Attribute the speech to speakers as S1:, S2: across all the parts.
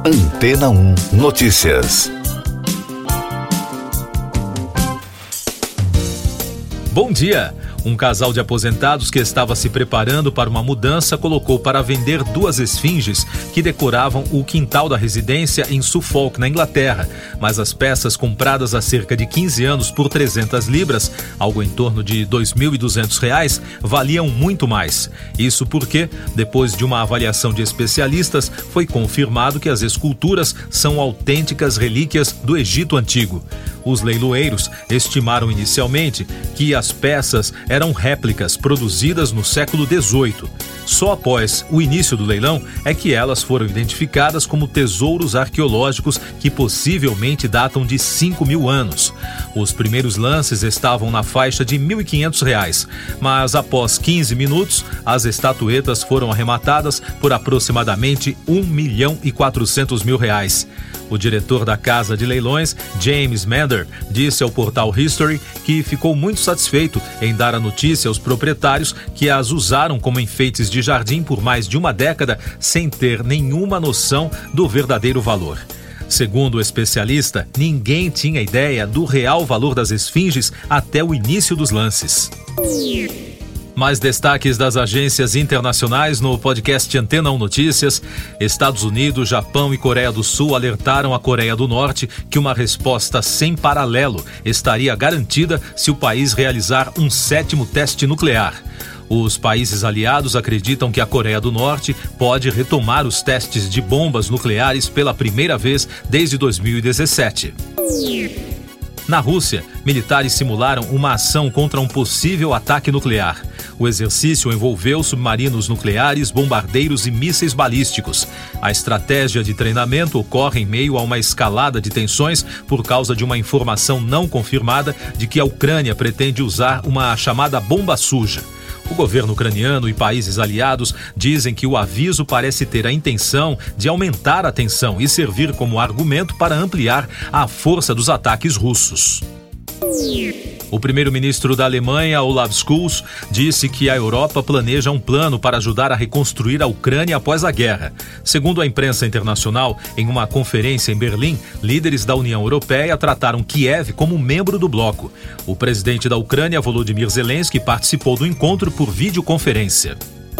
S1: Antena 1 Notícias.
S2: Bom dia! Um casal de aposentados que estava se preparando para uma mudança colocou para vender 2 esfinges que decoravam o quintal da residência em Suffolk, na Inglaterra. Mas as peças, compradas há cerca de 15 anos por 300 libras, algo em torno de R$ 2.200, valiam muito mais. Isso porque, depois de uma avaliação de especialistas, foi confirmado que as esculturas são autênticas relíquias do Egito Antigo. Os leiloeiros estimaram inicialmente que as peças eram réplicas produzidas no século XVIII. Só após o início do leilão é que elas foram identificadas como tesouros arqueológicos que possivelmente datam de 5.000 anos. Os primeiros lances estavam na faixa de R$ 1.500, mas após 15 minutos, as estatuetas foram arrematadas por aproximadamente R$ 1.400.000. O diretor da casa de leilões, James Mander, disse ao portal History que ficou muito satisfeito em dar a notícia aos proprietários que as usaram como enfeites de jardim por mais de uma década sem ter nenhuma noção do verdadeiro valor. Segundo o especialista, ninguém tinha ideia do real valor das esfinges até o início dos lances. Mais destaques das agências internacionais no podcast Antena 1 Notícias. Estados Unidos, Japão e Coreia do Sul alertaram a Coreia do Norte que uma resposta sem paralelo estaria garantida se o país realizar um 7º teste nuclear. Os países aliados acreditam que a Coreia do Norte pode retomar os testes de bombas nucleares pela primeira vez desde 2017. Na Rússia, militares simularam uma ação contra um possível ataque nuclear. O exercício envolveu submarinos nucleares, bombardeiros e mísseis balísticos. A estratégia de treinamento ocorre em meio a uma escalada de tensões por causa de uma informação não confirmada de que a Ucrânia pretende usar uma chamada bomba suja. O governo ucraniano e países aliados dizem que o aviso parece ter a intenção de aumentar a tensão e servir como argumento para ampliar a força dos ataques russos. O primeiro-ministro da Alemanha, Olaf Scholz, disse que a Europa planeja um plano para ajudar a reconstruir a Ucrânia após a guerra. Segundo a imprensa internacional, em uma conferência em Berlim, líderes da União Europeia trataram Kiev como membro do bloco. O presidente da Ucrânia, Volodymyr Zelensky, participou do encontro por videoconferência.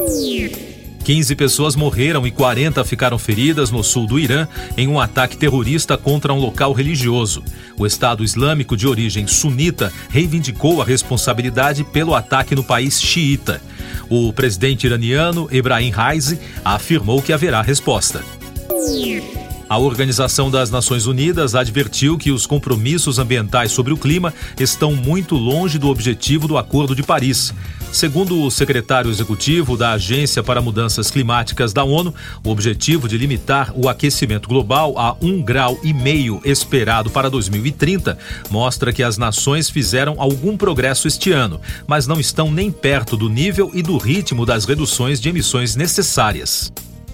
S2: 15 pessoas morreram e 40 ficaram feridas no sul do Irã em um ataque terrorista contra um local religioso. O Estado Islâmico de origem sunita reivindicou a responsabilidade pelo ataque no país xiita. O presidente iraniano, Ebrahim Raisi, afirmou que haverá resposta. A Organização das Nações Unidas advertiu que os compromissos ambientais sobre o clima estão muito longe do objetivo do Acordo de Paris. Segundo o secretário executivo da Agência para Mudanças Climáticas da ONU, o objetivo de limitar o aquecimento global a 1,5 grau esperado para 2030 mostra que as nações fizeram algum progresso este ano, mas não estão nem perto do nível e do ritmo das reduções de emissões necessárias.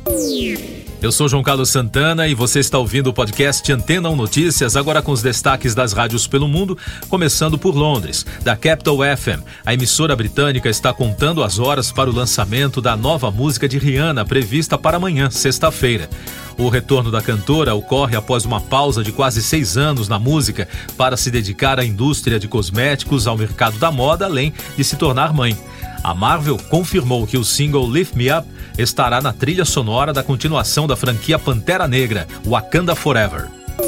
S2: Eu sou João Carlos Santana e você está ouvindo o podcast Antena 1 Notícias, agora com os destaques das rádios pelo mundo, começando por Londres. Da Capital FM, a emissora britânica está contando as horas para o lançamento da nova música de Rihanna, prevista para amanhã, sexta-feira. O retorno da cantora ocorre após uma pausa de quase 6 anos na música para se dedicar à indústria de cosméticos, ao mercado da moda, além de se tornar mãe. A Marvel confirmou que o single Lift Me Up estará na trilha sonora da continuação da franquia Pantera Negra, Wakanda Forever.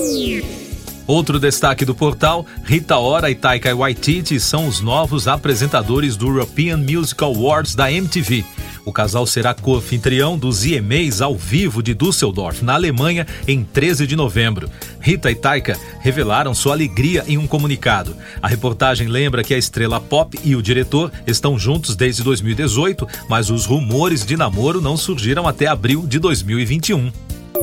S2: Outro destaque do portal, Rita Ora e Taika Waititi são os novos apresentadores do European Music Awards da MTV. O casal será co-anfitrião dos EMAs ao vivo de Düsseldorf, na Alemanha, em 13 de novembro. Rita e Taika revelaram sua alegria em um comunicado. A reportagem lembra que a estrela pop e o diretor estão juntos desde 2018, mas os rumores de namoro não surgiram até abril de 2021.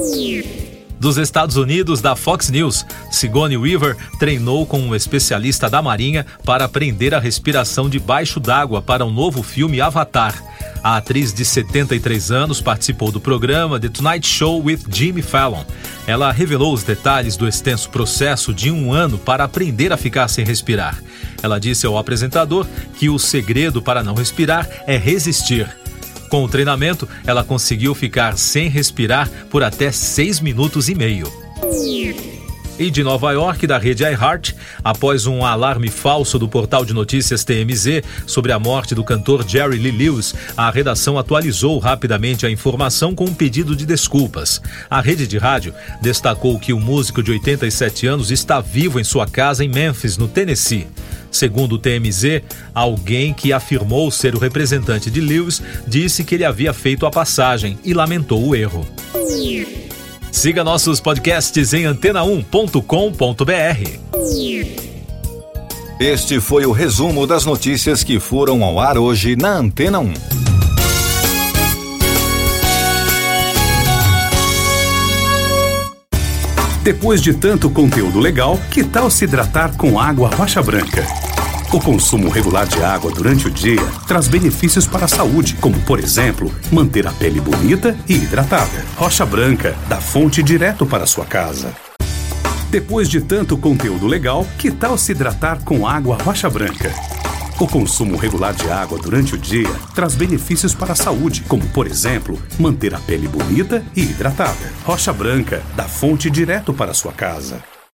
S2: Dos Estados Unidos, da Fox News, Sigourney Weaver treinou com um especialista da Marinha para aprender a respiração debaixo d'água para um novo filme Avatar. A atriz de 73 anos participou do programa The Tonight Show with Jimmy Fallon. Ela revelou os detalhes do extenso processo de 1 ano para aprender a ficar sem respirar. Ela disse ao apresentador que o segredo para não respirar é resistir. Com o treinamento, ela conseguiu ficar sem respirar por até 6 minutos e meio. E de Nova York, da rede iHeart, após um alarme falso do portal de notícias TMZ sobre a morte do cantor Jerry Lee Lewis, a redação atualizou rapidamente a informação com um pedido de desculpas. A rede de rádio destacou que o músico de 87 anos está vivo em sua casa em Memphis, no Tennessee. Segundo o TMZ, alguém que afirmou ser o representante de Lewis disse que ele havia feito a passagem e lamentou o erro. Siga nossos podcasts em antena1.com.br.
S1: Este foi o resumo das notícias que foram ao ar hoje na Antena 1.
S3: Depois de tanto conteúdo legal, que tal se hidratar com água rocha branca? O consumo regular de água durante o dia traz benefícios para a saúde, como, por exemplo, manter a pele bonita e hidratada. Rocha Branca, da fonte direto para a sua casa. Depois de tanto conteúdo legal, que tal se hidratar com água rocha branca? O consumo regular de água durante o dia traz benefícios para a saúde, como, por exemplo, manter a pele bonita e hidratada. Rocha Branca, da fonte direto para a sua casa.